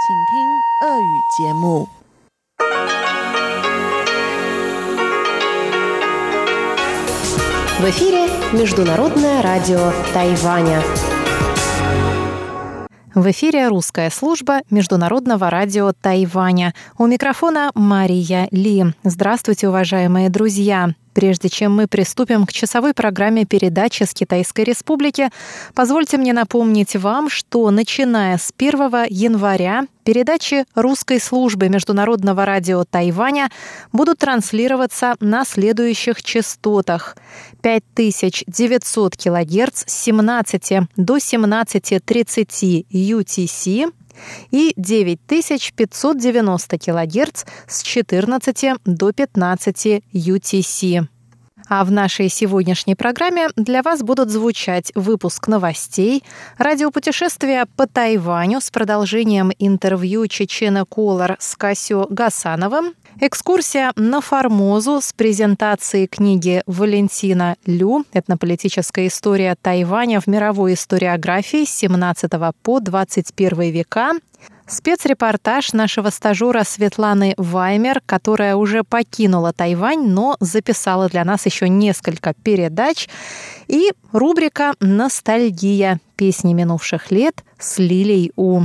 В эфире Международное радио Тайваня. В эфире русская служба Международного радио Тайваня. У микрофона Мария Ли. Здравствуйте, уважаемые друзья! Прежде чем мы приступим к часовой программе передачи с Китайской Республики, позвольте мне напомнить вам, что начиная с 1 января передачи русской службы Международного радио Тайваня будут транслироваться на следующих частотах: 5900 кГц с 17 до 17:30 UTC и 9590 кГц с 14 до 15 UTC. А в нашей сегодняшней программе для вас будут звучать выпуск новостей, радиопутешествия по Тайваню с продолжением интервью Чечена Колор с Касё Гасановым, экскурсия на Формозу с презентацией книги Валентина Лю «Этнополитическая история Тайваня в мировой историографии с 17 по 21 века», спецрепортаж нашего стажера Светланы Ваймер, которая уже покинула Тайвань, но записала для нас еще несколько передач, и рубрика «Ностальгия. Песни минувших лет» с Лилей У.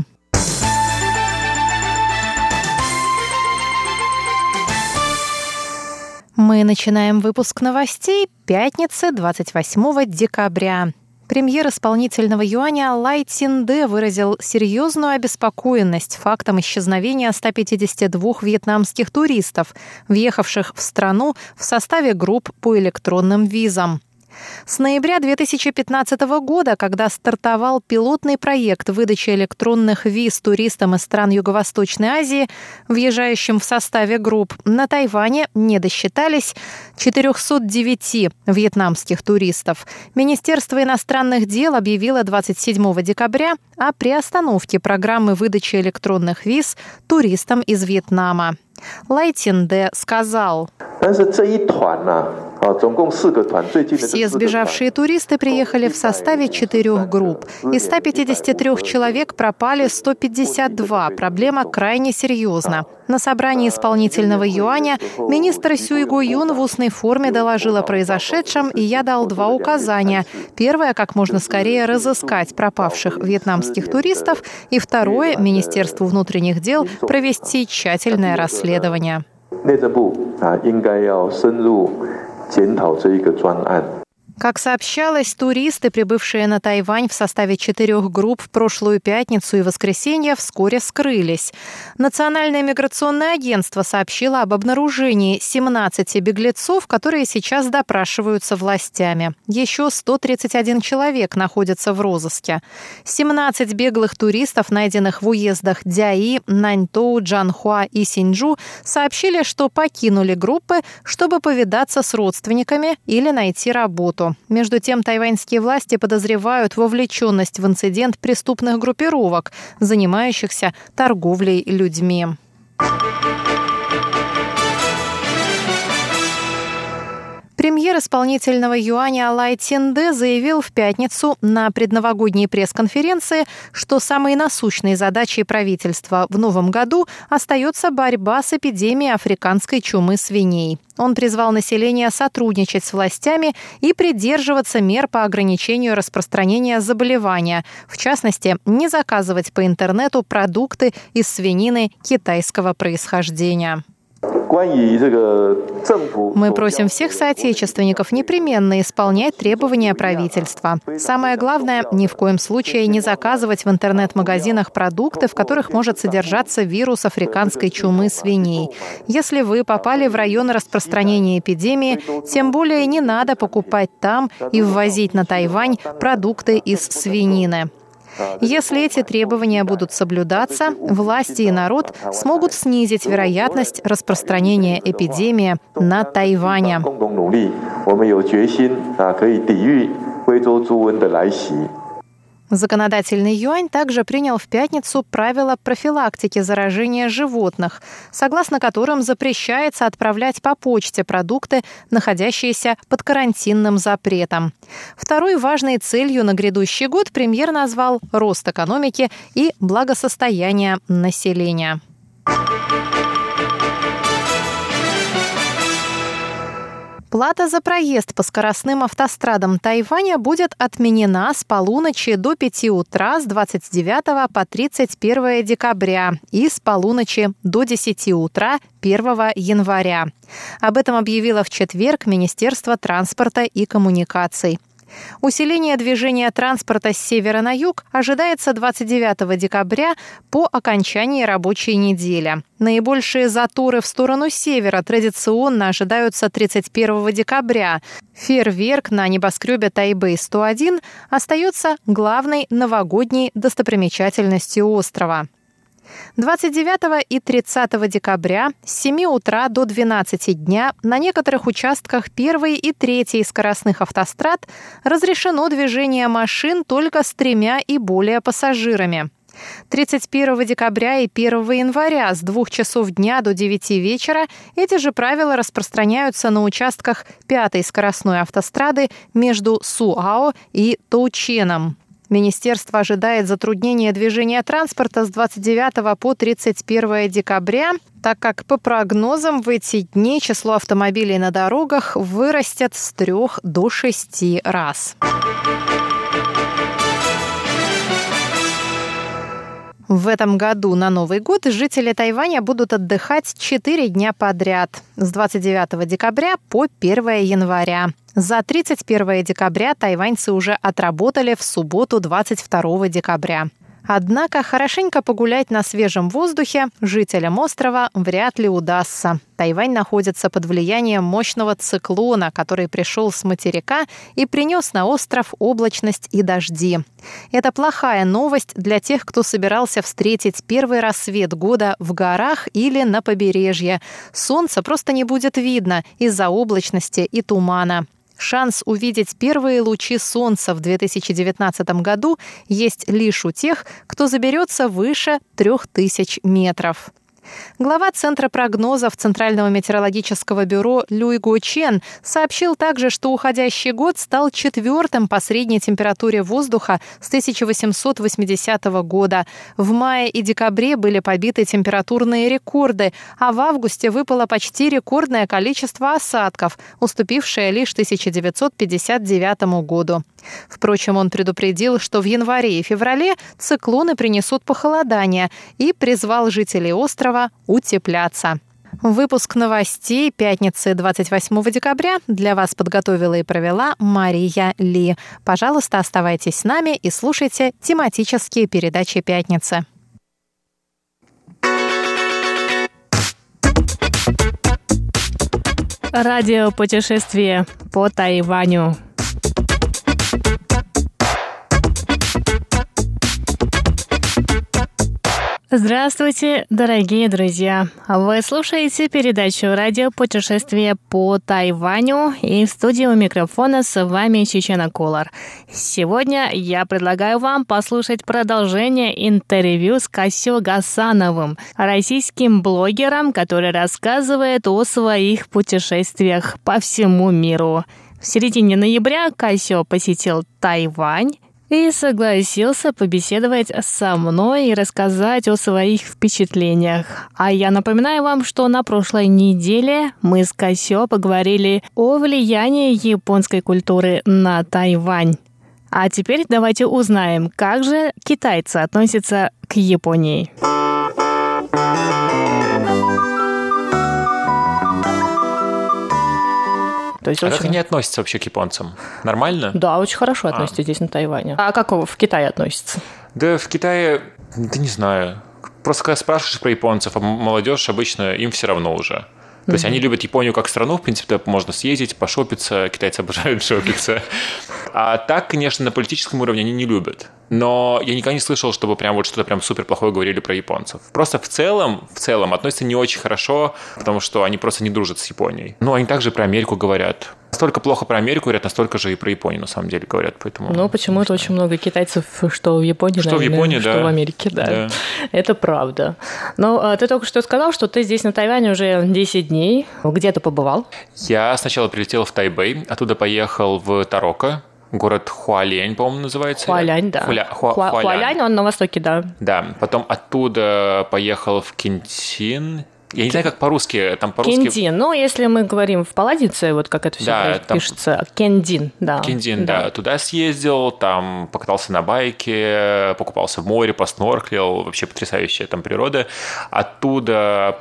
Мы начинаем выпуск новостей пятницы, 28 декабря. Премьер исполнительного юаня Лай Цинде выразил серьезную обеспокоенность фактом исчезновения 152 вьетнамских туристов, въехавших в страну в составе групп по электронным визам. С ноября 2015 года, когда стартовал пилотный проект выдачи электронных виз туристам из стран Юго-Восточной Азии, въезжающим в составе групп, на Тайване не досчитались 409 вьетнамских туристов. Министерство иностранных дел объявило 27 декабря о приостановке программы выдачи электронных виз туристам из Вьетнама. Лай Цинде сказал: «Все сбежавшие туристы приехали в составе 4 групп. Из 153 человек пропали 152. Проблема крайне серьезна. На собрании исполнительного юаня министр Сюй Го Юн в устной форме доложил о произошедшем, и я дал 2 указания. Первое – как можно скорее разыскать пропавших вьетнамских туристов, и второе – Министерству внутренних дел провести тщательное расследование». Как сообщалось, туристы, прибывшие на Тайвань в составе 4 групп в прошлую пятницу и воскресенье, вскоре скрылись. Национальное миграционное агентство сообщило об обнаружении 17 беглецов, которые сейчас допрашиваются властями. Еще 131 человек находятся в розыске. 17 беглых туристов, найденных в уездах Дяи, Наньтоу, Джанхуа и Синьчжу, сообщили, что покинули группы, чтобы повидаться с родственниками или найти работу. Между тем, тайваньские власти подозревают вовлеченность в инцидент преступных группировок, занимающихся торговлей людьми. Премьер исполнительного юаня Лай Цинде заявил в пятницу на предновогодней пресс-конференции, что самой насущной задачей правительства в новом году остается борьба с эпидемией африканской чумы свиней. Он призвал население сотрудничать с властями и придерживаться мер по ограничению распространения заболевания, в частности, не заказывать по интернету продукты из свинины китайского происхождения. Мы просим всех соотечественников непременно исполнять требования правительства. Самое главное, ни в коем случае не заказывать в интернет-магазинах продукты, в которых может содержаться вирус африканской чумы свиней. Если вы попали в район распространения эпидемии, тем более не надо покупать там и ввозить на Тайвань продукты из свинины. Если эти требования будут соблюдаться, власти и народ смогут снизить вероятность распространения эпидемии на Тайване. Законодательный юань также принял в пятницу правила профилактики заражения животных, согласно которым запрещается отправлять по почте продукты, находящиеся под карантинным запретом. Второй важной целью на грядущий год премьер назвал рост экономики и благосостояние населения. Плата за проезд по скоростным автострадам Тайваня будет отменена с полуночи до 5 утра с 29 по 31 декабря и с полуночи до 10 утра 1 января. Об этом объявило в четверг Министерство транспорта и коммуникаций. Усиление движения транспорта с севера на юг ожидается 29 декабря по окончании рабочей недели. Наибольшие заторы в сторону севера традиционно ожидаются 31 декабря. Фейерверк на небоскребе Тайбэй-101 остается главной новогодней достопримечательностью острова. 29 и 30 декабря с 7 утра до 12 дня на некоторых участках 1 и 3 скоростных автострад разрешено движение машин только с 3 и более пассажирами. 31 декабря и 1 января с 2 часов дня до 9 вечера эти же правила распространяются на участках 5 скоростной автострады между Суао и Тоученом. Министерство ожидает затруднения движения транспорта с 29 по 31 декабря, так как по прогнозам в эти дни число автомобилей на дорогах вырастет с 3 до 6 раз. В этом году на Новый год жители Тайваня будут отдыхать 4 дня подряд – с 29 декабря по 1 января. За 31 декабря тайваньцы уже отработали в субботу 22 декабря. Однако хорошенько погулять на свежем воздухе жителям острова вряд ли удастся. Тайвань находится под влиянием мощного циклона, который пришел с материка и принес на остров облачность и дожди. Это плохая новость для тех, кто собирался встретить первый рассвет года в горах или на побережье. Солнца просто не будет видно из-за облачности и тумана. Шанс увидеть первые лучи солнца в 2019 году есть лишь у тех, кто заберется выше 3000 метров. Глава Центра прогнозов Центрального метеорологического бюро Люй Го Чен сообщил также, что уходящий год стал 4-м по средней температуре воздуха с 1880 года. В мае и декабре были побиты температурные рекорды, а в августе выпало почти рекордное количество осадков, уступившее лишь 1959 году. Впрочем, он предупредил, что в январе и феврале циклоны принесут похолодание и призвал жителей острова утепляться. Выпуск новостей пятницы 28 декабря для вас подготовила и провела Мария Ли. Пожалуйста, оставайтесь с нами и слушайте тематические передачи пятницы. Радиопутешествие по Тайваню. Здравствуйте, дорогие друзья! Вы слушаете передачу «Радиопутешествие по Тайваню», и в студии у микрофона с вами Чечена Колор. Сегодня я предлагаю вам послушать продолжение интервью с Касё Гасановым, российским блогером, который рассказывает о своих путешествиях по всему миру. В середине ноября Касё посетил Тайвань и согласился побеседовать со мной и рассказать о своих впечатлениях. А я напоминаю вам, что на прошлой неделе мы с Касё поговорили о влиянии японской культуры на Тайвань. А теперь давайте узнаем, как же китайцы относятся к Японии. То есть как они относятся вообще к японцам? Нормально? Да, очень хорошо относятся здесь на Тайване. А как в Китае относятся? Да в Китае, да не знаю. Просто когда спрашиваешь про японцев, а молодежь обычно им все равно уже. То есть они любят Японию как страну, в принципе, туда можно съездить, пошопиться, китайцы обожают шопиться. А так, конечно, на политическом уровне они не любят. но я никогда не слышал, чтобы прям вот что-то прям супер плохое говорили про японцев. Просто в целом относятся не очень хорошо, потому что они просто не дружат с Японией. Ну, они также про Америку говорят. Настолько плохо про Америку говорят, настолько же и про Японию на самом деле говорят. Поэтому, ну, почему-то очень много китайцев, что в Японии, что наверное, в Японии, что да. в Америке, да. Это правда. Но ты только что сказал, что ты здесь на Тайване уже 10 дней. Где ты побывал? Я сначала прилетел в Тайбэй, оттуда поехал в Тарока. Город Хуалянь, по-моему, называется. Хуалянь, да. Хуалянь, он на востоке, да. Да, потом оттуда поехал в Кентин. Я не знаю, как по-русски. Там по-русски... Кендин. Ну, если мы говорим в паладице, вот как это все пишется. Кендин, да. Кендин, да. Туда съездил, там покатался на байке, покупался в море, поснорклил. Вообще потрясающая там природа. Оттуда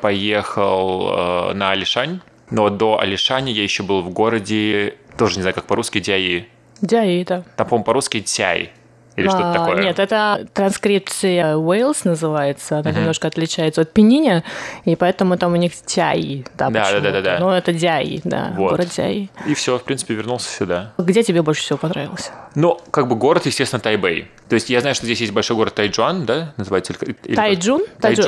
поехал на Алишань. Но до Алишани я еще был в городе, тоже не знаю, как по-русски, Дяи. Дяи, да. Там, по-моему, по-русски Тяй. Или что-то такое? Нет, это транскрипция Уэльс называется, она немножко отличается от Пениня, и поэтому там у них Тяи, да. Но это Дяи, да, вот. Город Дяи. И все, в принципе, вернулся сюда. Где тебе больше всего понравился? Ну, как бы город, естественно, Тайбэй. То есть я знаю, что здесь есть большой город Тайчжуан, да, называется? Тайчжун?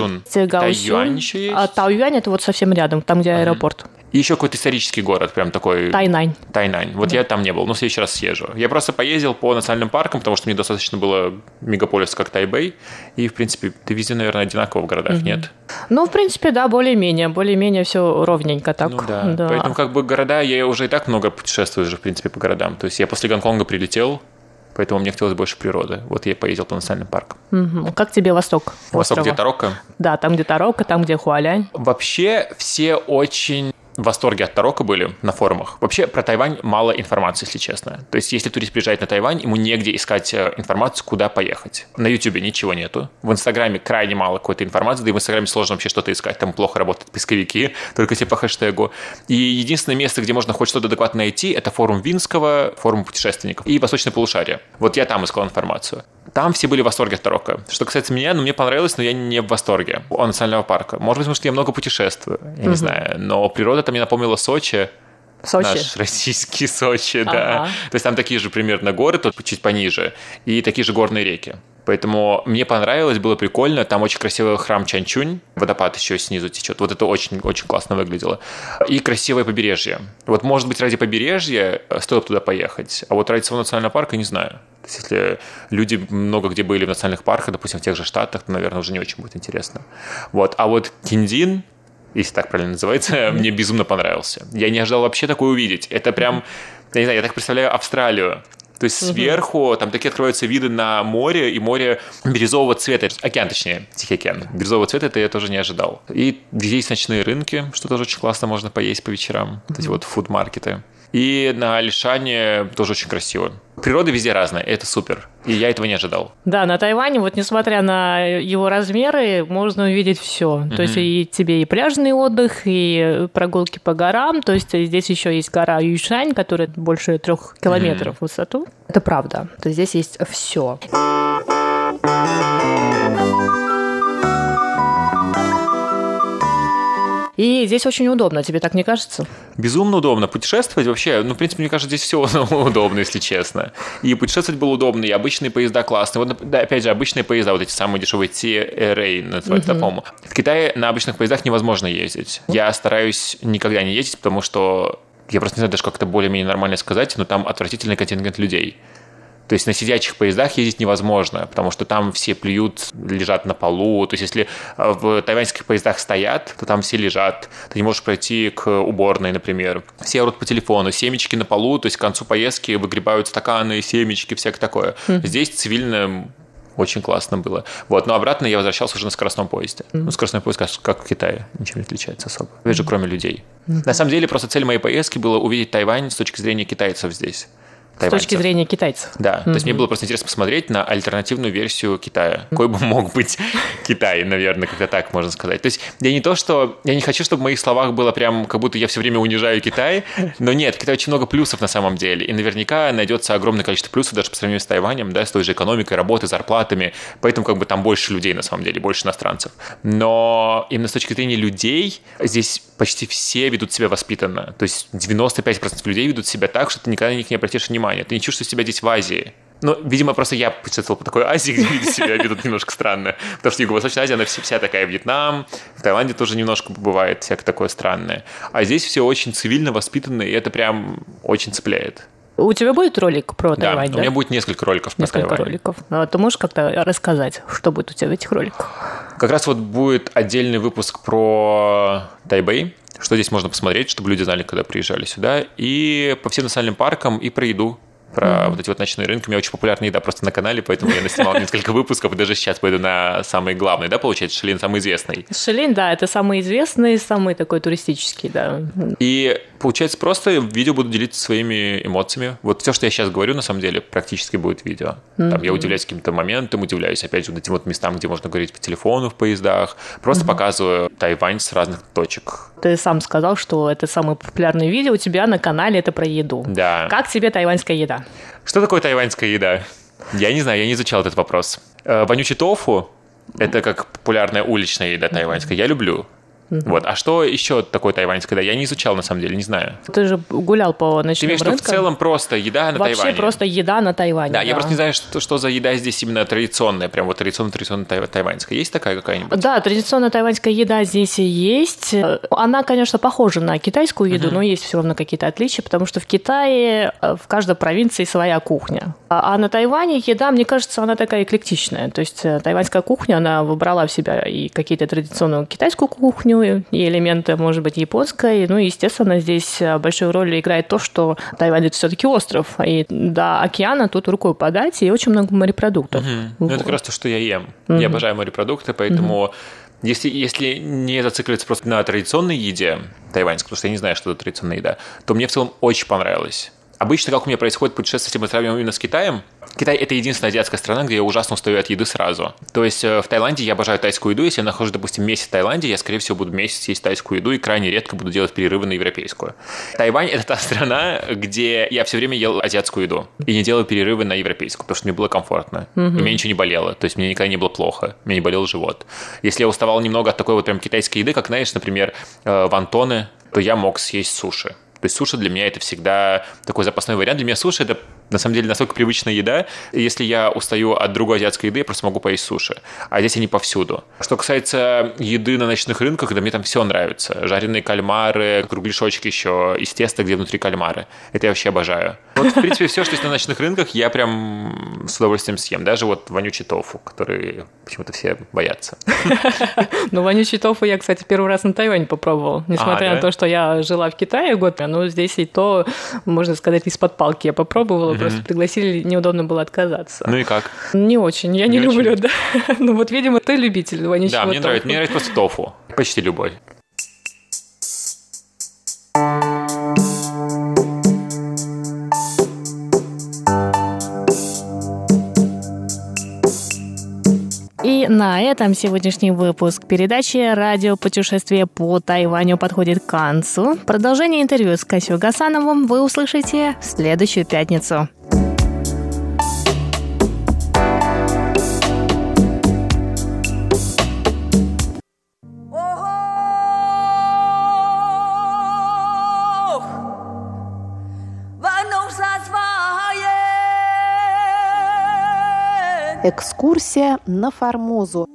Тайюань еще есть. А Тайюань это вот совсем рядом, там, где аэропорт. И еще какой-то исторический город, прям такой... Тайнань. Вот я там не был, но в следующий раз съезжу. Я просто поездил по национальным паркам, потому что мне достаточно было мегаполиса, как Тайбэй. И, в принципе, ты везде, наверное, одинаково в городах, нет? Ну, в принципе, да, более-менее все ровненько так. Ну да. Поэтому как бы города, я уже и так много путешествую уже, в принципе, по городам. То есть я после Гонконга прилетел, поэтому мне хотелось больше природы. Вот я поездил по национальным паркам. Как тебе Восток? Восток, где Тарока? Да, там, где Тарока, там, где Хуалянь. Вообще все очень... в восторге от Тарока были на форумах. Вообще про Тайвань мало информации, если честно. То есть если турист приезжает на Тайвань, ему негде искать информацию, куда поехать. На Ютубе ничего нету. В Инстаграме крайне мало какой-то информации, да и в Инстаграме сложно вообще что-то искать. Там плохо работают поисковики, только типа хэштегу. И единственное место, где можно хоть что-то адекватно найти, это форум Винского, форум путешественников и Восточное полушарие. Вот я там искал информацию. Там все были в восторге от Тарока. Что касается меня, мне понравилось, но я не в восторге от национального парка. Может быть, потому что я много путешествую, я не знаю. Но природа там мне напомнила Сочи. Наш российский Сочи, да. То есть там такие же примерно горы, только чуть пониже, и такие же горные реки. Поэтому мне понравилось, было прикольно. Там очень красивый храм Чанчунь, водопад еще снизу течет. Вот это очень-очень классно выглядело. И красивое побережье. Вот, может быть, ради побережья стоит туда поехать, а вот ради своего национального парка не знаю. То есть, если люди много где были в национальных парках, допустим, в тех же Штатах, то, наверное, уже не очень будет интересно. Вот. А вот Кендин, если так правильно называется, мне безумно понравился. Я не ожидал вообще такое увидеть. Это прям, я не знаю, я так представляю Австралию. То есть сверху там такие открываются виды на море, и море бирюзового цвета, океан точнее, Тихий океан. Бирюзового цвета это я тоже не ожидал. И здесь ночные рынки, что тоже очень классно, можно поесть по вечерам. Вот эти вот фуд-маркеты. И на Алишане тоже очень красиво. Природа везде разная, это супер. И я этого не ожидал. Да, на Тайване, вот несмотря на его размеры, можно увидеть все. То есть и тебе и пляжный отдых, и прогулки по горам. То есть здесь еще есть гора Юйшань, которая больше 3 километров в высоту. Это правда. То есть здесь есть все. И здесь очень удобно, тебе так не кажется? Безумно удобно. Путешествовать вообще, в принципе, мне кажется, здесь все удобно, если честно. И путешествовать было удобно, и обычные поезда классные. Вот, да, опять же, обычные поезда, вот эти самые дешевые TRA, называется, по-моему. В Китае на обычных поездах невозможно ездить. Я стараюсь никогда не ездить, потому что я просто не знаю даже, как это более-менее нормально сказать, но там отвратительный контингент людей. То есть на сидячих поездах ездить невозможно, потому что там все плюют, лежат на полу. То есть если в тайваньских поездах стоят, то там все лежат. Ты не можешь пройти к уборной, например. Все орут по телефону, семечки на полу, то есть к концу поездки выгребают стаканы, семечки, всякое такое. Здесь цивильно очень классно было. Вот, но обратно я возвращался уже на скоростном поезде. Скоростной поезд, как в Китае, ничем не отличается особо. Опять же, кроме людей. На самом деле, просто цель моей поездки была увидеть Тайвань с точки зрения китайцев здесь. С точки зрения китайцев. Да, то есть мне было просто интересно посмотреть на альтернативную версию Китая. Какой бы мог быть Китай, наверное, как-то так можно сказать. То есть я не хочу, чтобы в моих словах было прям, как будто я все время унижаю Китай, но нет, в Китае очень много плюсов на самом деле, и наверняка найдется огромное количество плюсов даже по сравнению с Тайванем, да, с той же экономикой, работой, зарплатами, поэтому как бы там больше людей на самом деле, больше иностранцев. Но именно с точки зрения людей здесь почти все ведут себя воспитанно. То есть 95% людей ведут себя так, что ты никогда на них не обратишь внимания. Ты не чувствуешь себя здесь в Азии. Ну, видимо, просто я путешествовал по такой Азии, где люди себя ведут немножко странно. Потому что Юго-Восточная Азия, она вся такая, Вьетнам, в Таиланде тоже немножко бывает всякое такое странное. А здесь все очень цивильно воспитанно, и это прям очень цепляет. У тебя будет ролик про Тайвань, да? У меня будет несколько роликов про Тайвань. Несколько роликов. Ну, ты можешь как-то рассказать, что будет у тебя в этих роликах? Как раз вот будет отдельный выпуск про Тайбэй, что здесь можно посмотреть, чтобы люди знали, когда приезжали сюда, и по всем национальным паркам, и про еду. Про вот эти вот ночные рынки. У меня очень популярная еда просто на канале, поэтому я наснимал несколько выпусков, и даже сейчас пойду на самый главный, да, получается, Шилин самый известный. Шилин, да, это самый известный, самый такой туристический, да. И получается, просто видео буду делиться своими эмоциями. Вот все, что я сейчас говорю, на самом деле, практически будет видео. Там я удивляюсь каким-то моментам, удивляюсь, опять же, вот этим вот местам, где можно говорить по телефону в поездах. Просто показываю Тайвань с разных точек. Ты сам сказал, что это самое популярное видео у тебя на канале, это про еду. Да. Как тебе тайваньская еда? Что такое тайваньская еда? Я не знаю, я не изучал этот вопрос. Вонючий тофу – это как популярная уличная еда тайваньская. Я люблю. Вот. А что еще такое тайваньское? Да, я не изучал, на самом деле, не знаю. Ты же гулял по ночным рынкам. Ты имеешь в виду в целом просто еда на Тайване? Вообще просто еда на Тайване. Да, я просто не знаю, что за еда здесь именно традиционная, прям вот традиционная тайваньская. Есть такая какая-нибудь? Да, традиционная тайваньская еда здесь и есть. Она, конечно, похожа на китайскую еду, но есть все равно какие-то отличия, потому что в Китае в каждой провинции своя кухня. А на Тайване еда, мне кажется, она такая эклектичная. То есть тайваньская кухня, она выбрала в себя и какие-то традиционную китайскую кухню, и элементы, может быть, японской. Ну и, естественно, здесь большую роль играет то, что Тайвань – это все-таки остров, и до океана тут рукой подать, и очень много морепродуктов. Вот. Ну, это как раз то, что я ем. Я обожаю морепродукты, поэтому если не зацикливаться просто на традиционной еде тайваньской, потому что я не знаю, что это традиционная еда, то мне в целом очень понравилось. Обычно, как у меня происходит путешествие, если мы сравниваем именно с Китаем, Китай – это единственная азиатская страна, где я ужасно устаю от еды сразу. То есть в Таиланде я обожаю тайскую еду. Если я нахожусь, допустим, месяц в Таиланде, я, скорее всего, буду месяц есть тайскую еду и крайне редко буду делать перерывы на европейскую. Тайвань – это та страна, где я все время ел азиатскую еду и не делал перерывы на европейскую, потому что мне было комфортно. И мне ничего не болело. То есть мне никогда не было плохо. Мне не болел живот. Если я уставал немного от такой вот прям китайской еды, как, знаешь, например, вонтоны, то я мог съесть суши. То есть суши для меня это всегда такой запасной вариант. Для меня суши это на самом деле настолько привычная еда. Если я устаю от другой азиатской еды, я просто могу поесть суши. А здесь они повсюду. Что касается еды на ночных рынках, да мне там все нравится. Жареные кальмары, кругляшочки еще из теста, где внутри кальмары. Это я вообще обожаю. Вот, в принципе, все, что есть на ночных рынках, я прям с удовольствием съем. Даже вот вонючий тофу, который почему-то все боятся. Ну, вонючий тофу я, кстати, первый раз на Тайване попробовала. Несмотря на то, что я жила в Китае год, но здесь и то, можно сказать, из-под палки я попробовала, просто пригласили, неудобно было отказаться. Ну и как? Не очень, я не люблю, да. Ну вот, видимо, ты любитель вонючего тофу. Да, мне нравится просто тофу, почти любой. И на этом сегодняшний выпуск передачи «Радиопутешествие по Тайваню» подходит к концу. Продолжение интервью с Касю Гасановым вы услышите в следующую пятницу. Экскурсия на Формозу.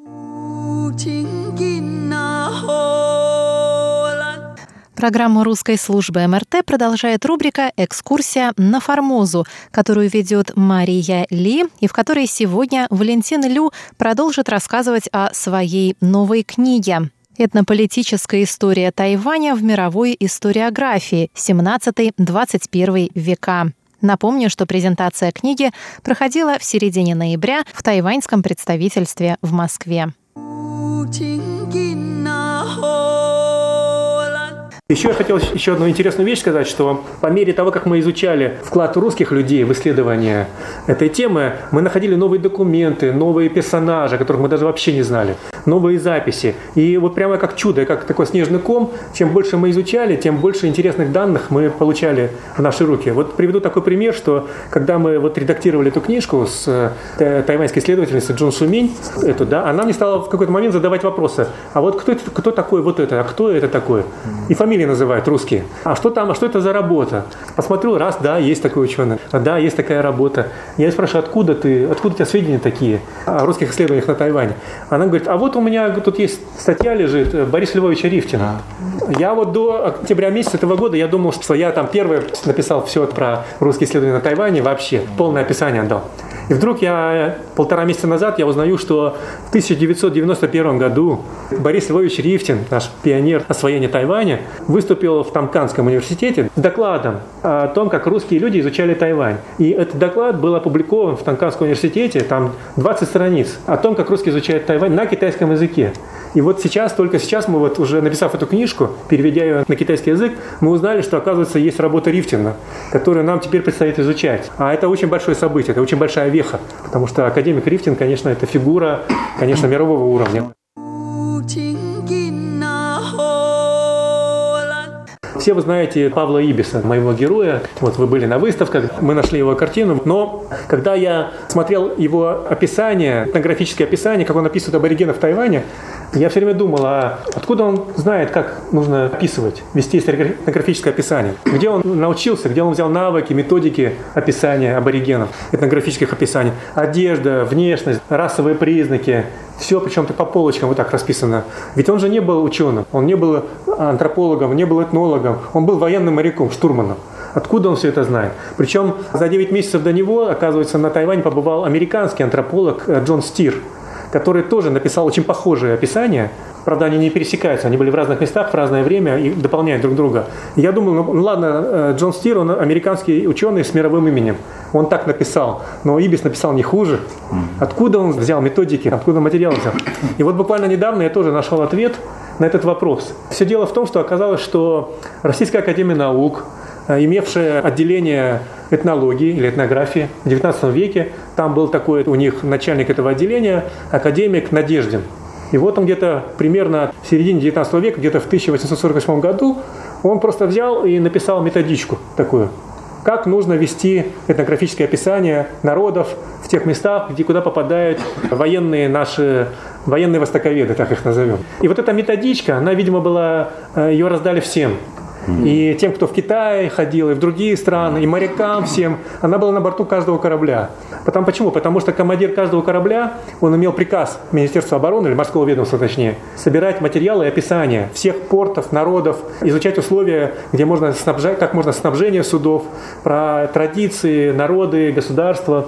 Программу русской службы МРТ продолжает рубрика «Экскурсия на Формозу», которую ведет Мария Ли, и в которой сегодня Валентин Лю продолжит рассказывать о своей новой книге «Этнополитическая история Тайваня в мировой историографии. 17-21 века». Напомню, что презентация книги проходила в середине ноября в тайваньском представительстве в Москве. Еще я хотел еще одну интересную вещь сказать, что по мере того, как мы изучали вклад русских людей в исследование этой темы, мы находили новые документы, новые персонажи, о которых мы даже вообще не знали. новые записи. И вот прямо как чудо, как такой снежный ком, чем больше мы изучали, тем больше интересных данных мы получали в наши руки. Вот приведу такой пример, что когда мы вот редактировали эту книжку с тайваньской исследовательницей Джун Суминь, она мне стала в какой-то момент задавать вопросы. А вот кто такой вот это, а кто это такой? И фамилии называют русские. А что там, а что это за работа? Посмотрю, раз, да, есть такой ученый, да, есть такая работа. Я спрашиваю, откуда у тебя сведения такие о русских исследованиях на Тайване? Она говорит, а вот у меня тут есть статья лежит Бориса Львовича Рифтина. Я вот до октября месяца этого года я думал, что я там первый написал все про русские исследования на Тайване вообще, полное описание отдал. И вдруг я 1,5 месяца назад я узнаю, что в 1991 году Борис Львович Рифтин, наш пионер освоения Тайваня, выступил в Тамканском университете с докладом о том, как русские люди изучали Тайвань. И этот доклад был опубликован в Тамканском университете, там 20 страниц, о том, как русские изучают Тайвань на китайском языке. И вот только сейчас мы вот уже написав эту книжку, переведя ее на китайский язык, мы узнали, что, оказывается, есть работа Рифтина, которую нам теперь предстоит изучать. А это очень большое событие, это очень большая веха, потому что академик Рифтин, конечно, это фигура, конечно, мирового уровня. Все вы знаете Павла Ибиса, моего героя. Вот вы были на выставках, мы нашли его картину. Но когда я смотрел его описание, этнографическое описание, как он описывает аборигенов в Тайване, я все время думал, а откуда он знает, как нужно описывать, вести этнографическое описание? Где он научился, где он взял навыки, методики описания аборигенов, этнографических описаний? Одежда, внешность, расовые признаки, все причем-то по полочкам вот так расписано. Ведь он же не был ученым, он не был антропологом, не был этнологом, он был военным моряком, штурманом. Откуда он все это знает? Причем за 9 месяцев до него, оказывается, на Тайване побывал американский антрополог Джон Стир, который тоже написал очень похожие описания. Правда, они не пересекаются, они были в разных местах в разное время и дополняют друг друга. И я думал, ну ладно, Джон Стир, он американский ученый с мировым именем. Он так написал, но Ибис написал не хуже. Откуда он взял методики, откуда материал взял? И вот буквально недавно я тоже нашел ответ на этот вопрос. Все дело в том, что оказалось, что Российская академия наук, имевшая отделение этнологии или этнографии в XIX веке, там был такой у них начальник этого отделения, академик Надеждин. И вот он где-то примерно в середине XIX века, где-то в 1848 году, он просто взял и написал методичку такую, как нужно вести этнографическое описание народов в тех местах, куда попадают военные востоковеды, так их назовем. И вот эта методичка, она, видимо, ее раздали всем. И тем, кто в Китае ходил, и в другие страны, и морякам всем, она была на борту каждого корабля. Почему? Потому что командир каждого корабля, он имел приказ Министерства обороны, или морского ведомства точнее, собирать материалы и описания всех портов, народов, изучать условия, где можно снабжать, как можно снабжение судов, про традиции, народы, государства.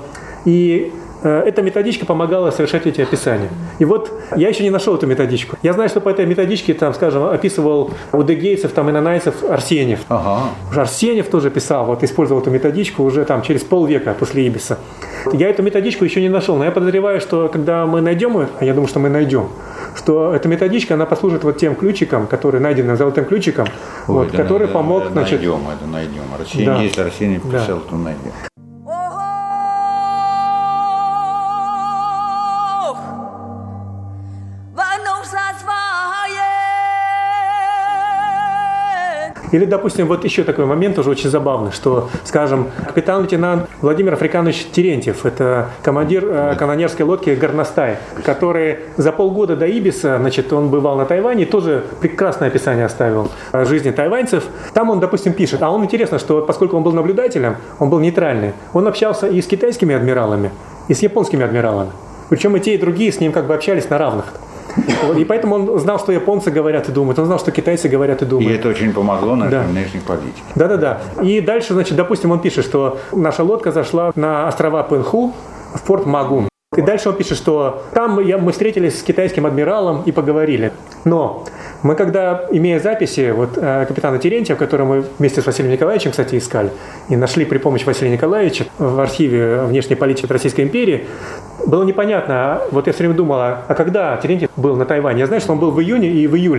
И эта методичка помогала совершать эти описания. И вот я еще не нашел эту методичку. Я знаю, что по этой методичке, там, скажем, описывал удыгейцев, там, инонайцев Арсеньев. Ага. Арсеньев тоже писал, вот использовал эту методичку уже там через полвека после Ибиса. Я эту методичку еще не нашел, но я подозреваю, что когда мы найдем ее, а я думаю, что мы найдем, что эта методичка, она послужит вот тем ключиком, который найден золотым ключиком, который помог... Найдем. Арсений, да. Если Арсений писал, то найдем. Или, допустим, вот еще такой момент уже очень забавный, что, скажем, капитан-лейтенант Владимир Африканович Терентьев, это командир канонерской лодки «Горностай», который за полгода до Ибиса, значит, он бывал на Тайване и тоже прекрасное описание оставил жизни тайваньцев. Там он, допустим, пишет, а он интересно, что поскольку он был наблюдателем, он был нейтральный, он общался и с китайскими адмиралами, и с японскими адмиралами. Причем и те, и другие с ним как бы общались на равных. И поэтому он знал, что японцы говорят и думают, он знал, что китайцы говорят и думают. И это очень помогло нашей внешней политике. Да. И дальше, значит, допустим, он пишет, что наша лодка зашла на острова Пэнху, в порт Магун. И дальше он пишет, что там мы встретились с китайским адмиралом и поговорили. Но мы когда, имея записи вот, капитана Терентьева, который мы вместе с Василием Николаевичем, кстати, искали, и нашли при помощи Василия Николаевича в архиве внешней политики Российской империи, было непонятно, вот я все время думал, а когда Терентьев был на Тайване? Я знаю, что он был в июне и в июле.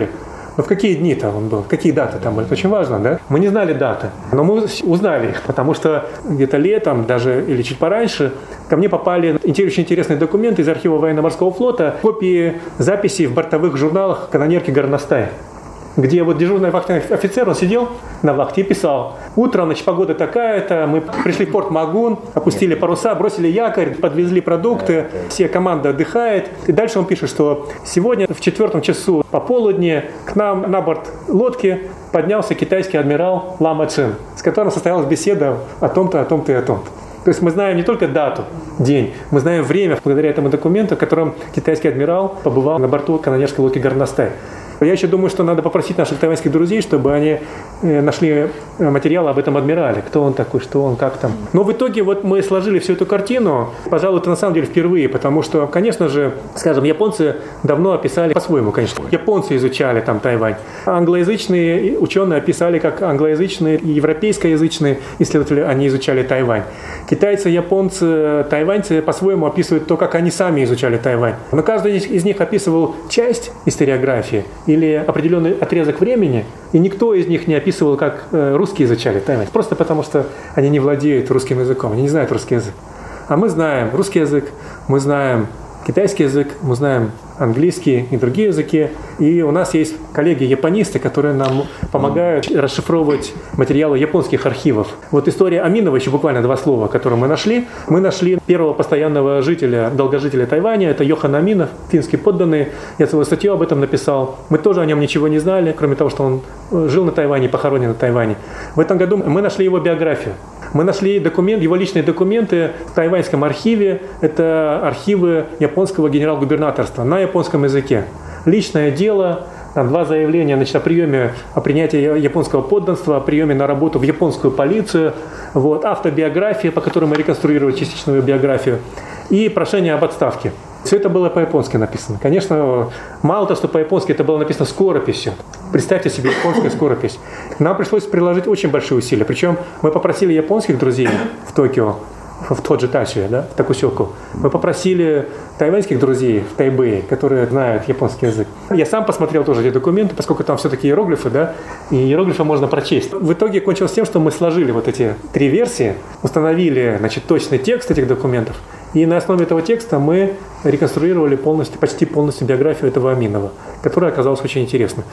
Но в какие дни-то он был, какие даты там были, это очень важно, да? Мы не знали даты, но мы узнали их, потому что где-то летом, даже или чуть пораньше, ко мне попали очень интересные документы из архива военно-морского флота, копии записей в бортовых журналах канонерки «Горностай», где вот дежурный вахтенный офицер, он сидел на вахте и писал: утром, значит, погода такая-то, мы пришли в порт Магун, опустили паруса, бросили якорь, подвезли продукты, все команда отдыхает. И дальше он пишет, что сегодня в 4 часу пополудни к нам на борт лодки поднялся китайский адмирал Лама Чин, с которым состоялась беседа о том-то, о том-то и о том-то. То есть мы знаем не только дату, день, мы знаем время, благодаря этому документу, в котором китайский адмирал побывал на борту канонерской лодки «Горностай». Я еще думаю, что надо попросить наших тайваньских друзей, чтобы они нашли материалы об этом адмирале. Кто он такой, что он, как там. Но в итоге вот мы сложили всю эту картину, пожалуй, это на самом деле впервые, потому что, конечно же, скажем, японцы давно описали по-своему, конечно. Японцы изучали там Тайвань. Англоязычные ученые описали, как англоязычные и европейскоязычные исследователи, они изучали Тайвань. Китайцы, японцы, тайваньцы по-своему описывают то, как они сами изучали Тайвань. Но каждый из них описывал часть историографии или определенный отрезок времени, и никто из них не описывал, как русские изучали Тайвань. Просто потому, что они не владеют русским языком, они не знают русский язык. А мы знаем русский язык, мы знаем китайский язык, мы знаем английский и другие языки. И у нас есть коллеги-японисты, которые нам помогают расшифровывать материалы японских архивов. Вот история Аминова, еще буквально 2 слова, которую мы нашли. Мы нашли первого постоянного жителя, долгожителя Тайваня, это Йохан Аминов, финский подданный. Я целую статью об этом написал. Мы тоже о нем ничего не знали, кроме того, что он жил на Тайване, похоронен на Тайване. В этом году мы нашли его биографию. Мы нашли его личные документы в тайваньском архиве. Это архивы японского генерал-губернаторства на японском языке. Личное дело, там 2 заявления, значит, о принятии японского подданства, о приеме на работу в японскую полицию, вот, автобиография, по которой мы реконструировали частичную биографию, и прошение об отставке. Все это было по-японски написано. Конечно, мало того, что по-японски это было написано скорописью. Представьте себе японскую скоропись. Нам пришлось приложить очень большие усилия. Причем мы попросили японских друзей в Токио, в Тоджитачи, да, в Такусёку. Мы попросили тайваньских друзей в Тайбэе, которые знают японский язык. Я сам посмотрел тоже эти документы, поскольку там все-таки иероглифы, да, и иероглифы можно прочесть. В итоге кончилось тем, что мы сложили вот эти 3 версии, установили, значит, точный текст этих документов, и на основе этого текста мы реконструировали почти полностью биографию этого Аминова, которая оказалась очень интересной.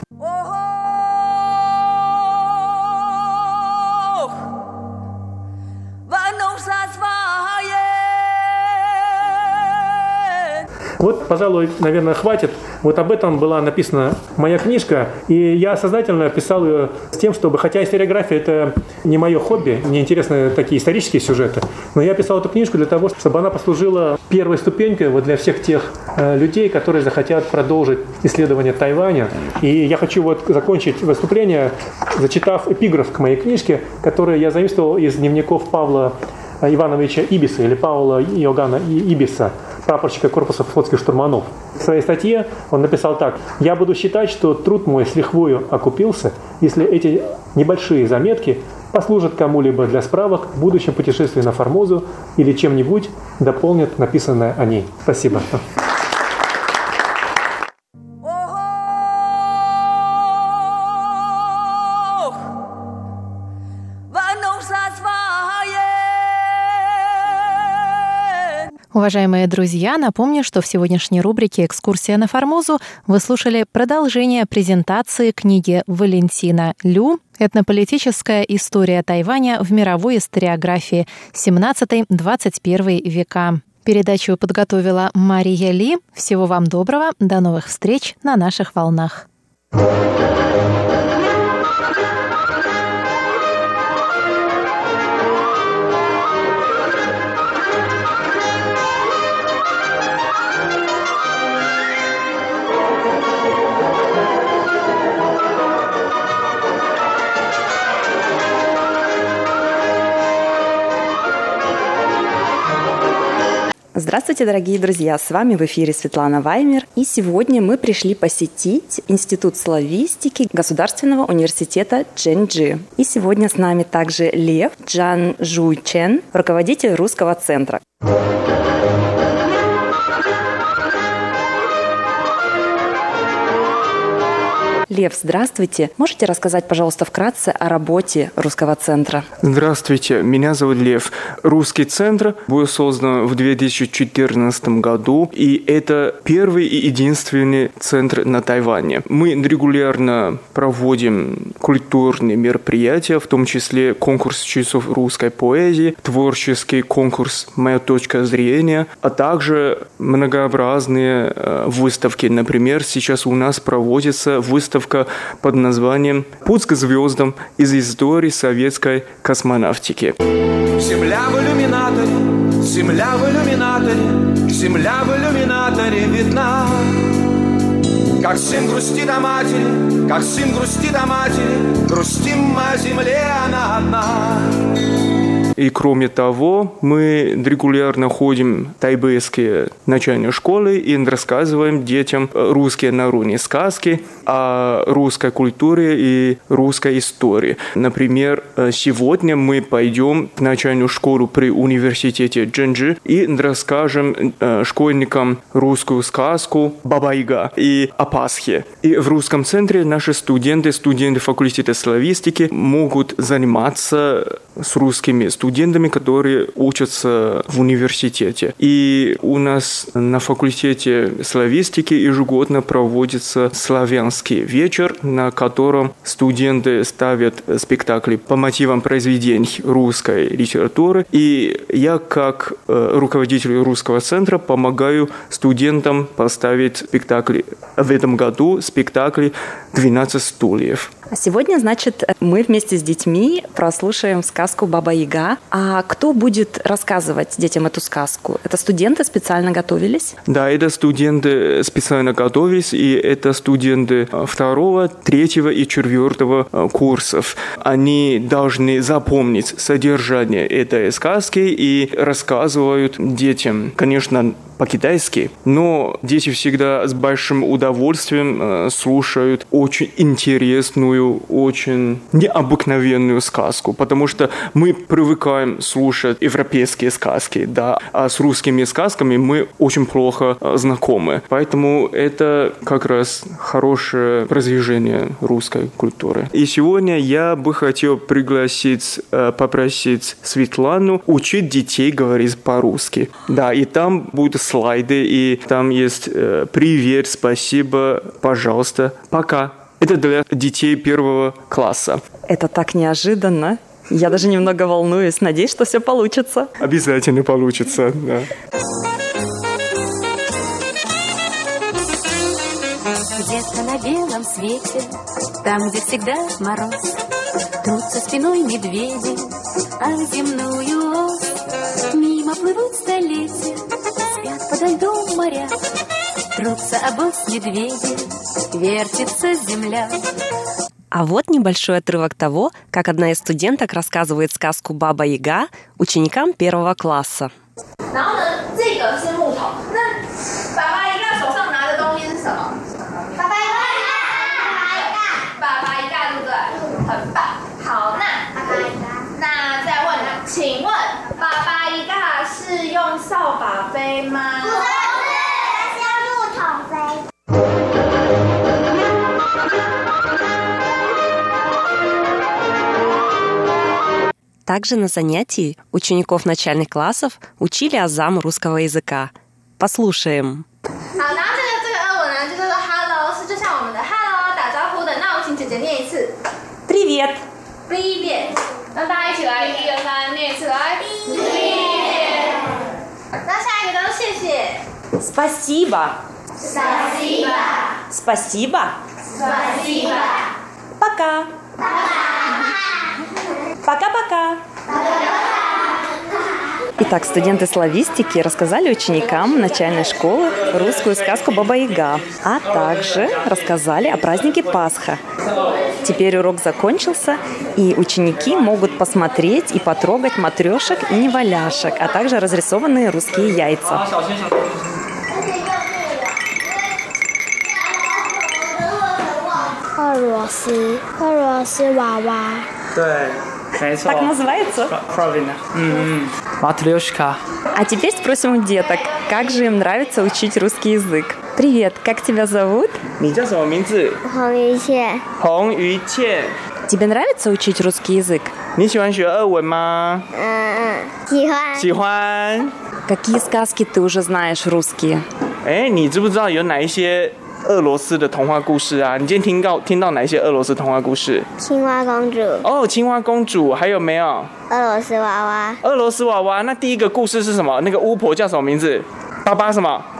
Вот, пожалуй, наверное, хватит. Вот об этом была написана моя книжка, и я сознательно писал ее с тем, чтобы, хотя историография – это не мое хобби, мне интересны такие исторические сюжеты, но я писал эту книжку для того, чтобы она послужила первой ступенькой вот для всех тех людей, которые захотят продолжить исследование Тайваня. И я хочу вот закончить выступление, зачитав эпиграф к моей книжке, который я заимствовал из дневников Павла Ивановича Ибиса, или Паула Иоганна Ибиса, прапорщика корпуса флотских штурманов. В своей статье он написал так: «Я буду считать, что труд мой с лихвою окупился, если эти небольшие заметки послужат кому-либо для справок в будущем путешествии на Формозу или чем-нибудь дополнят написанное о ней». Спасибо. Уважаемые друзья, напомню, что в сегодняшней рубрике «Экскурсия на Формозу» вы слушали продолжение презентации книги Валентина Лю «Этнополитическая история Тайваня в мировой историографии. 17-21 века». Передачу подготовила Мария Ли. Всего вам доброго. До новых встреч на наших волнах. Здравствуйте, дорогие друзья! С вами в эфире Светлана Ваймер. И сегодня мы пришли посетить Институт славистики Государственного университета Чжэньчжи. И сегодня с нами также Лев Чжан Жуйчен, руководитель русского центра. Лев, здравствуйте. Можете рассказать, пожалуйста, вкратце о работе Русского центра? Здравствуйте, меня зовут Лев. Русский центр был создан в 2014 году, и это первый и единственный центр на Тайване. Мы регулярно проводим культурные мероприятия, в том числе конкурс часов русской поэзии, творческий конкурс «Моя точка зрения», а также многообразные выставки. Например, сейчас у нас проводится выставка под названием «Путь к звездам из истории советской космонавтики». Земля в иллюминаторе, земля в иллюминаторе, земля в иллюминаторе видна. Как сын грустит о матери, как сын грустит о матери, грустим о земле, она одна. И кроме того, мы регулярно ходим в тайбэйские начальные школы и рассказываем детям русские народные сказки о русской культуре и русской истории. Например, сегодня мы пойдем в начальную школу при университете Чжэньчжи и расскажем школьникам русскую сказку «Баба-Яга» и о Пасхе. И в русском центре наши студенты факультета славистики могут заниматься с русскими студентами, которые учатся в университете. И у нас на факультете славистики ежегодно проводится славянский вечер, на котором студенты ставят спектакли по мотивам произведений русской литературы. И я, как руководитель Русского центра, помогаю студентам поставить спектакли. В этом году спектакли «12 стульев». А сегодня, значит, мы вместе с детьми прослушаем сказку «Баба-Яга». А кто будет рассказывать детям эту сказку? Это студенты специально готовились? Да, это студенты специально готовились, и это студенты 2, 3 и 4 курсов. Они должны запомнить содержание этой сказки и рассказывают детям, конечно, по-китайски, но дети всегда с большим удовольствием слушают очень интересную, очень необыкновенную сказку, потому что мы привыкаем слушать европейские сказки, да, а с русскими сказками мы очень плохо знакомы. Поэтому это как раз хорошее продвижение русской культуры. И сегодня я бы хотел попросить Светлану учить детей говорить по-русски. Да, и там будут слайды, и там есть «Привет», «Спасибо», «Пожалуйста», «Пока». Это для детей 1 класса. Это так неожиданно. Я даже немного волнуюсь. Надеюсь, что все получится. Обязательно получится, да. Где-то на белом свете, там, где всегда мороз, трутся спиной медведи, а земную ось. Мимо плывут столетия, спят подо льдом моря, трутся об ось медведи, вертится земля. А вот небольшой отрывок того, как одна из студенток рассказывает сказку «Баба-Яга» ученикам 1 класса. Также на занятии учеников начальных классов учили азам русского языка. Послушаем. Привет! Привет! Спасибо! Спасибо! Спасибо! Спасибо! Пока! Пока-пока! Итак, студенты славистики рассказали ученикам начальной школы русскую сказку «Баба-Яга», а также рассказали о празднике Пасха. Теперь урок закончился, и ученики могут посмотреть и потрогать матрешек и неваляшек, а также разрисованные русские яйца. Так называется? Правильно. Матрешка. А теперь спросим у деток, как же им нравится учить русский язык. Привет, как тебя зовут? 你叫什么名字？ 洪于倩。 洪于倩。 Тебе нравится учить русский язык? 你喜欢学俄文吗？ 喜欢。 喜欢。 Какие сказки ты уже знаешь русские? 哎，你知不知道有哪一些俄罗斯的童话故事啊？你今天听到哪一些俄罗斯童话故事？ 青蛙公主。 哦，青蛙公主，还有没有？ 俄罗斯娃娃。 俄罗斯娃娃，那第一个故事是什么？那个巫婆叫什么名字？巴巴什么？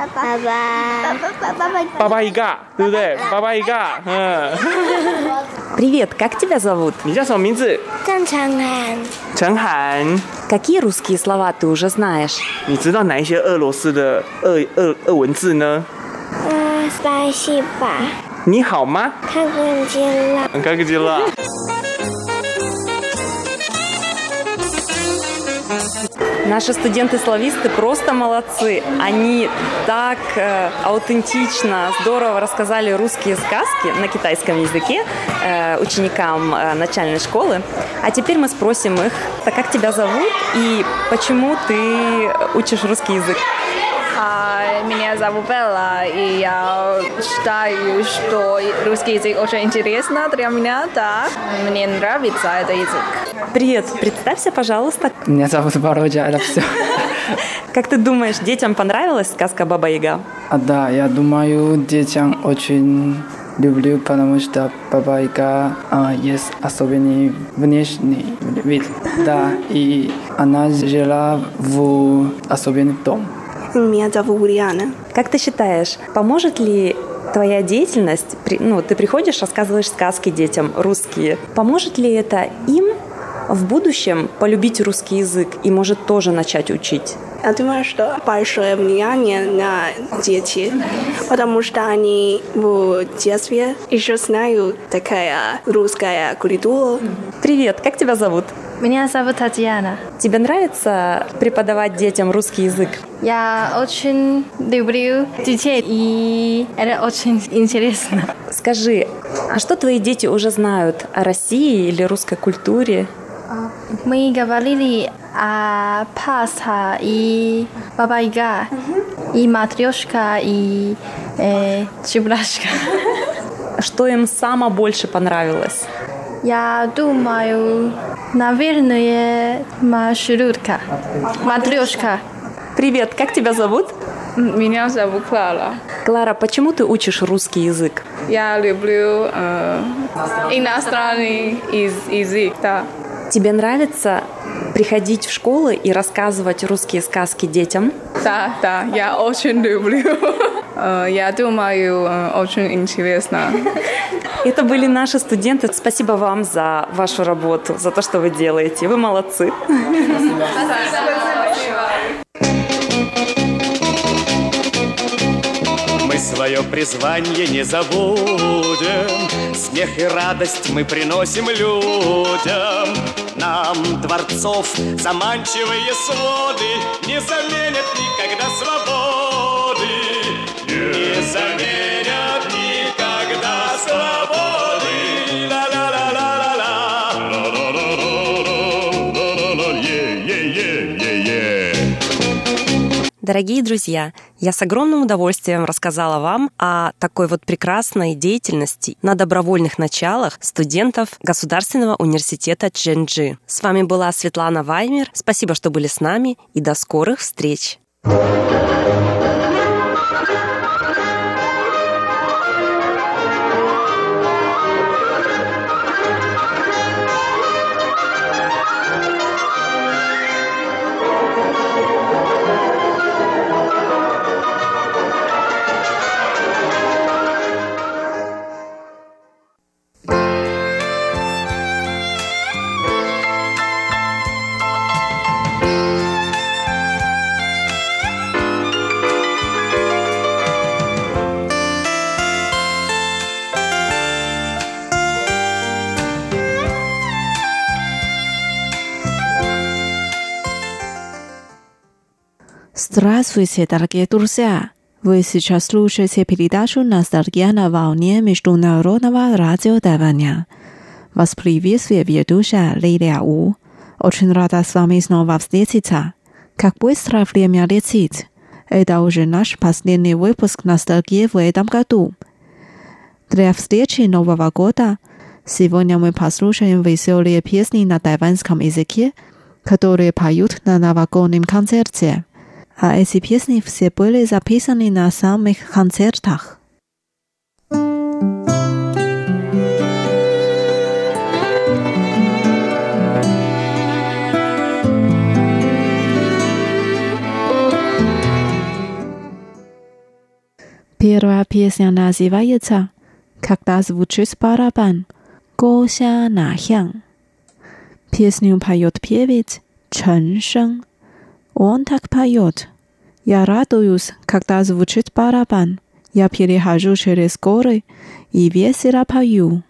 巴巴一嘎，对不对？巴巴一嘎， Привет, как тебя зовут? 你叫什么名字？ 郑成涵。 陈涵。 Какие русские слова ты уже знаешь? 你知道哪一些俄罗斯的俄文字呢 ？спасибо。 你好吗？ 看不见了。 看不见了。 Наши студенты-слависты просто молодцы. Они так аутентично, здорово рассказали русские сказки на китайском языке ученикам начальной школы. А теперь мы спросим их, как тебя зовут и почему ты учишь русский язык? Меня зовут Белла, и я считаю, что русский язык очень интересно для меня, да. Мне нравится этот язык. Привет, представься, пожалуйста. Меня зовут Володя, это все. Как ты думаешь, детям понравилась сказка «Баба-Яга»? Да, я думаю, детям очень люблю, потому что Баба-Яга есть особенный внешний вид. Да, и она жила в особенном доме. Меня зовут Ульяна. Как ты считаешь, поможет ли твоя деятельность, ты приходишь, рассказываешь сказки детям русские, поможет ли это им в будущем полюбить русский язык и, может, тоже начать учить? Я думаю, что большое влияние на детей, потому что они в детстве еще знают такая русская культура. Привет, как тебя зовут? Меня зовут Татьяна. Тебе нравится преподавать детям русский язык? Я очень люблю детей, и это очень интересно. Скажи, а что твои дети уже знают о России или русской культуре? Мы говорили о Пасха и Баба-Яга, и Матрешка, и Чебурашка. Что им самое больше понравилось? Я думаю, наверное, маршрутка. Матрешка. Привет, как тебя зовут? Меня зовут Клара. Клара, почему ты учишь русский язык? Я люблю иностранный язык, да. Тебе нравится приходить в школы и рассказывать русские сказки детям? Да, я очень люблю. Я думаю, очень интересно. Это были наши студенты. Спасибо вам за вашу работу, за то, что вы делаете. Вы молодцы. Мы свое призвание не забудем, смех и радость мы приносим людям. Нам дворцов заманчивые своды не заменят никогда свободы. Не заменят никогда свободы. Дорогие друзья, я с огромным удовольствием рассказала вам о такой вот прекрасной деятельности на добровольных началах студентов Государственного университета Чжэньчжи. С вами была Светлана Ваймер. Спасибо, что были с нами, и до скорых встреч! Здравствуйте, дорогие друзья! Вы сейчас слушаете передачу «Ностальгия на волне Международного радио Тайваня». Вас приветствует ведущая Лилия У. Очень рада с вами снова встретиться. Как быстро время летит. Это уже наш последний выпуск «Ностальгии» в этом году. Для встречи Нового года сегодня мы послушаем веселые песни на тайваньском языке, которые поют на новогоднем концерте. А эти песни все были записаны на самых концертах. Первая песня называется «Когда звучит барабан», «Гося нахян». Песню поет певец Чен Шэн. Он так поет: «Я радуюсь, когда звучит барабан. Я перехожу через горы и весело пою».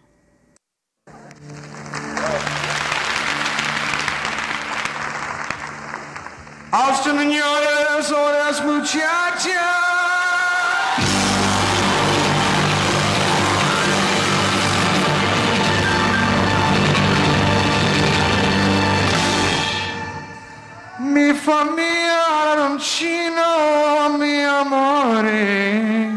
Mi famiglia arancino, mi amore.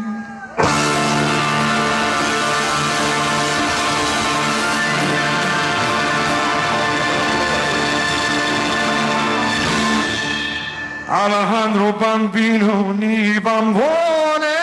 Alejandro bambino, ni bambone.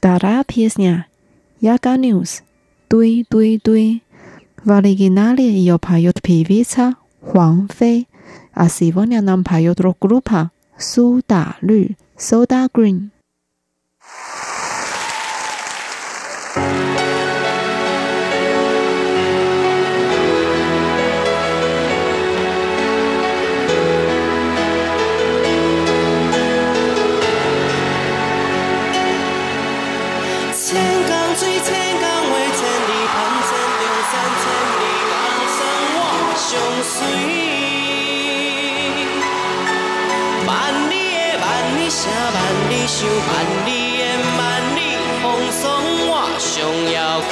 Вторая песня «Яга Ньюс» «Дуй, дуй, дуй». В оригинале ее поет певица Huang Fei, а сегодня нам поет рок-группа Soda Lü, Soda Green. 想万里的万里风霜，我上要行。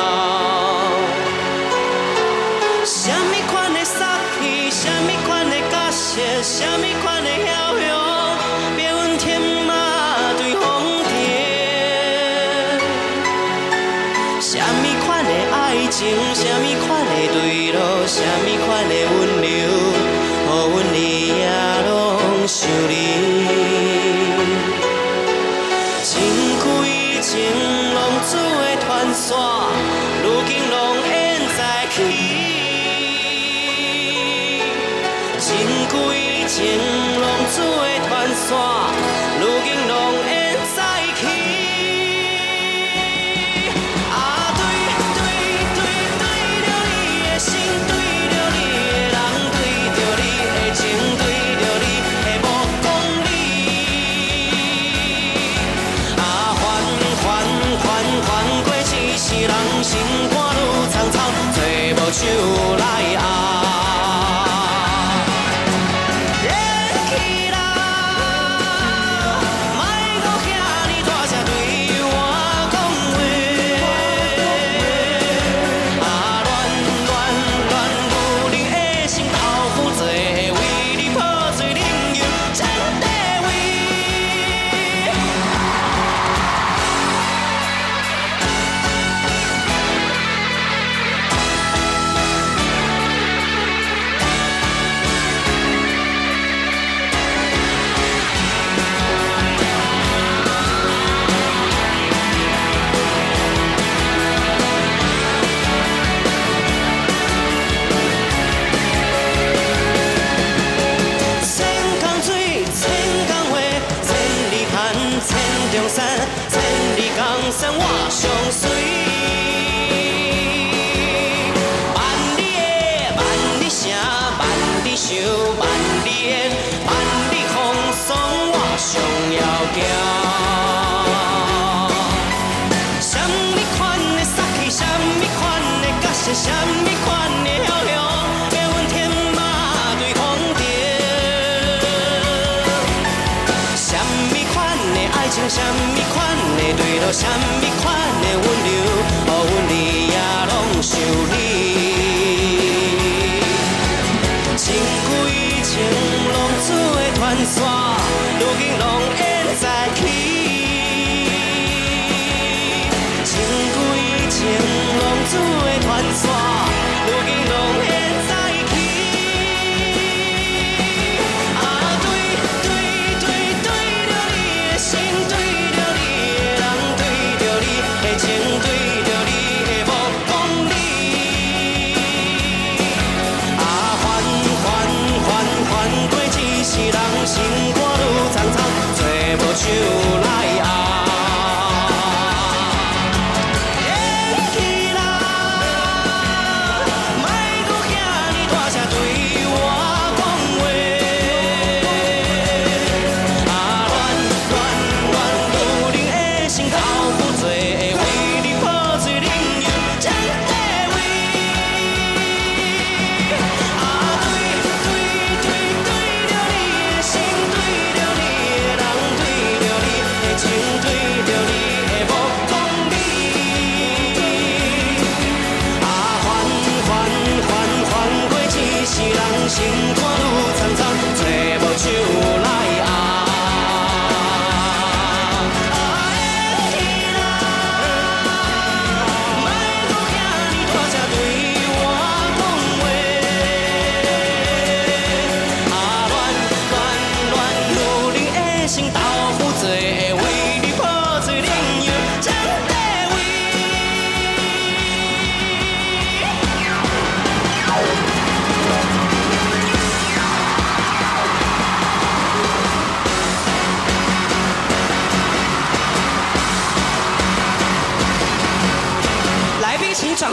什么款的杀气，什么款的角色，什么款的枵雄，别阮天马对风尘。什么款的爱情，什么款的对路，什么款的温柔，予阮日夜拢想你。 情浪子的传说，如今拢演在起。真贵情浪子的传说，如今拢演在起。啊，对对对对着你的心，对着你的人，对着你的情，对着你的目光里。 是人心肝愈苍苍，找无手来握。练起来，莫搁遐尼大声对我讲话。啊，恋恋恋，有你的心头负罪，为你破碎冷柔真地位。 千里江山我相随，万里的万里声，万里想，万里缘，万里风霜我上要行。什么款的杀气，什么款的角色，什么款的枵雄，要阮天马对风尘。什么款的爱情，什么款的对路，什么款的温柔，予阮日夜拢想你。真贵情浪子的传说，如今拢演在起。真贵情浪子的传说，如今拢演在起。 心对着你的人，对着你的情，对着你的目光里。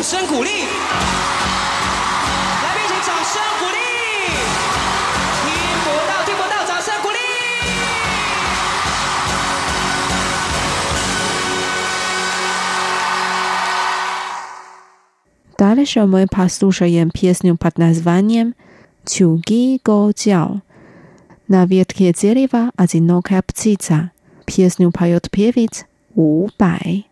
掌声鼓励。来宾，请掌声鼓励。听不到，掌声鼓励。 Дальше мы послушаем песню под названием «Чуги го-джао». На ветке дерева одинокая птица. Песню поет певец У Бай.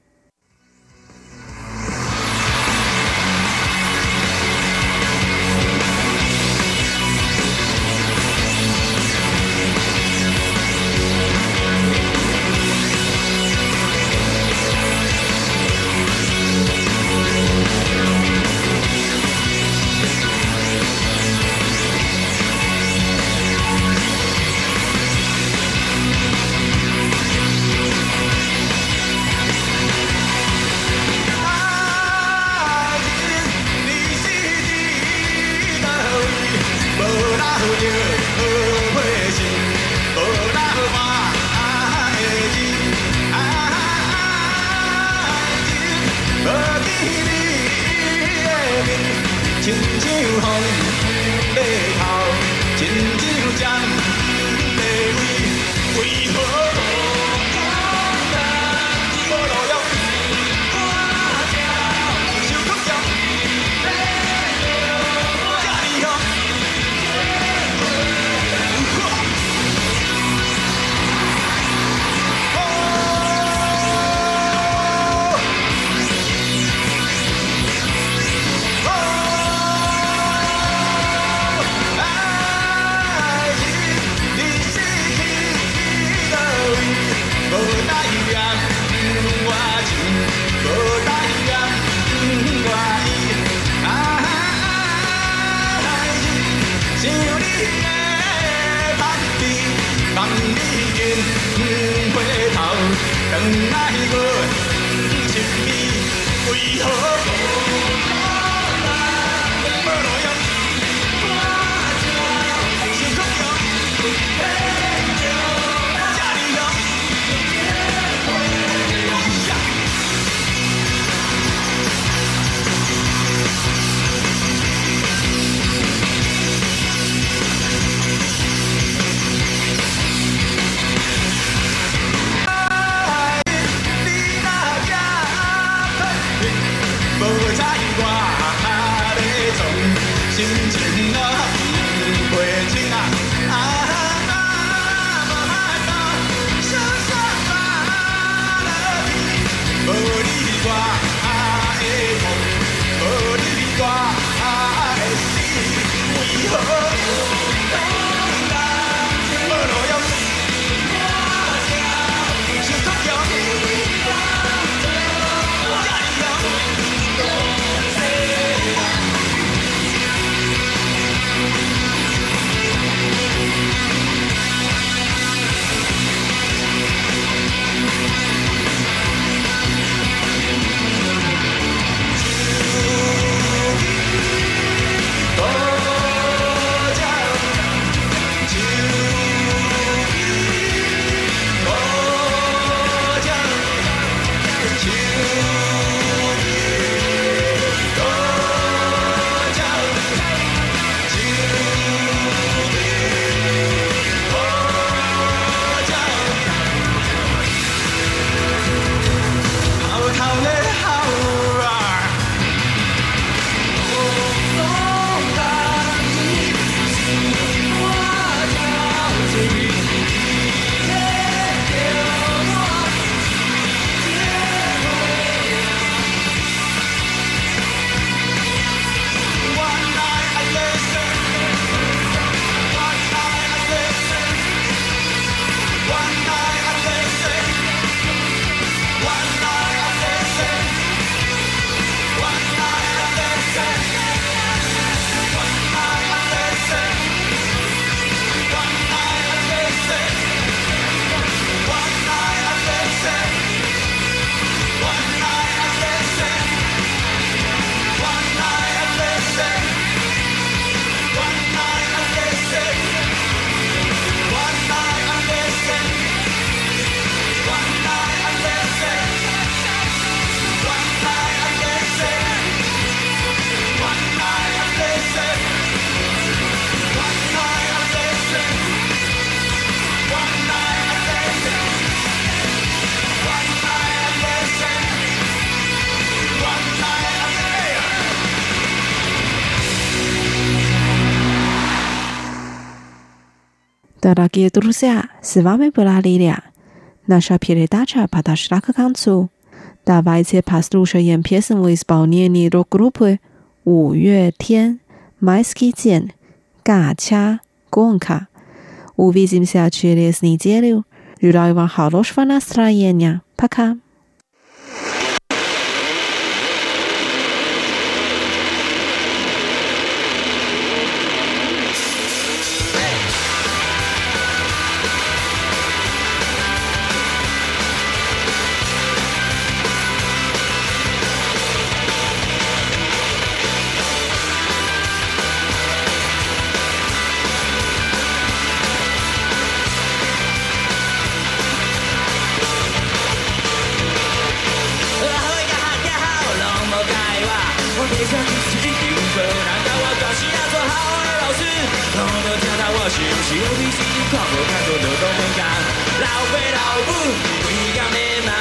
Дорогие друзья, с вами была Лилия. Наша передача подошла к концу. Давайте послушаем песню в исполнении рок-группы 五月天 «Майский день», «Гача», «Гонка». Увидимся через неделю. Желаю вам хорошего настроения. Пока.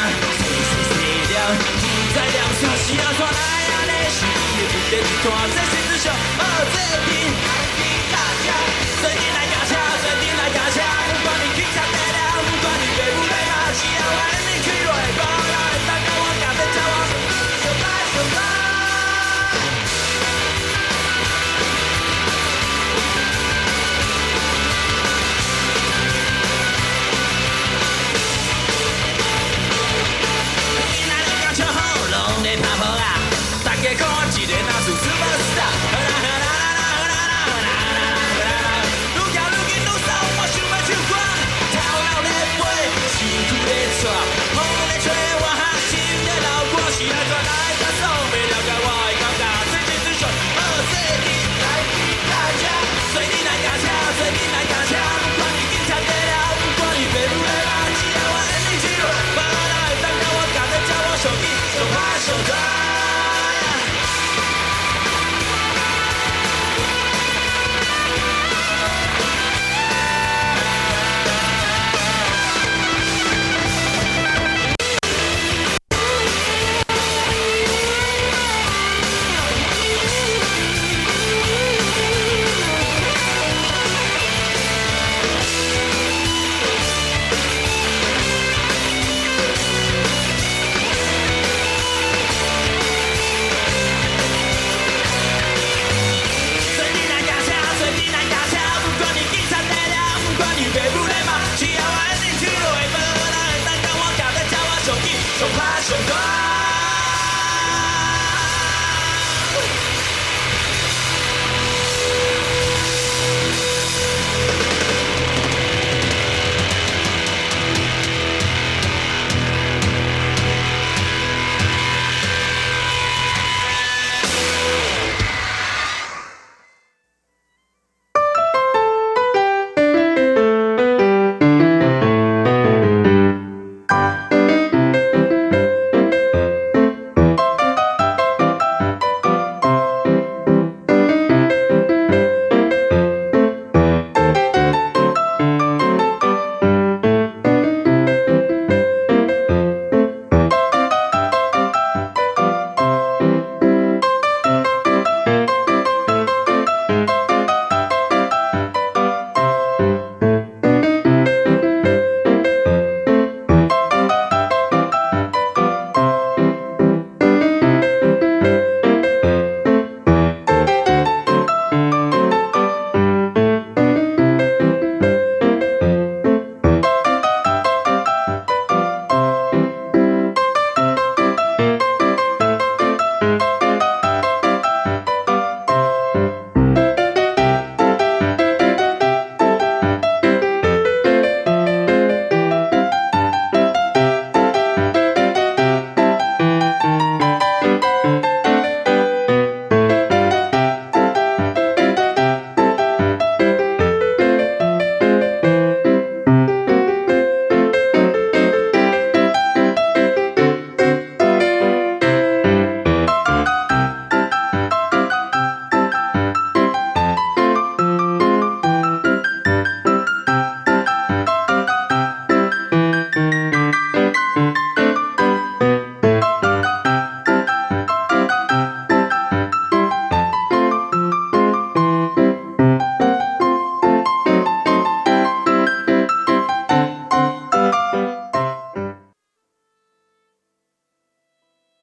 在两小时啊，带来啊，你是你的一段这是。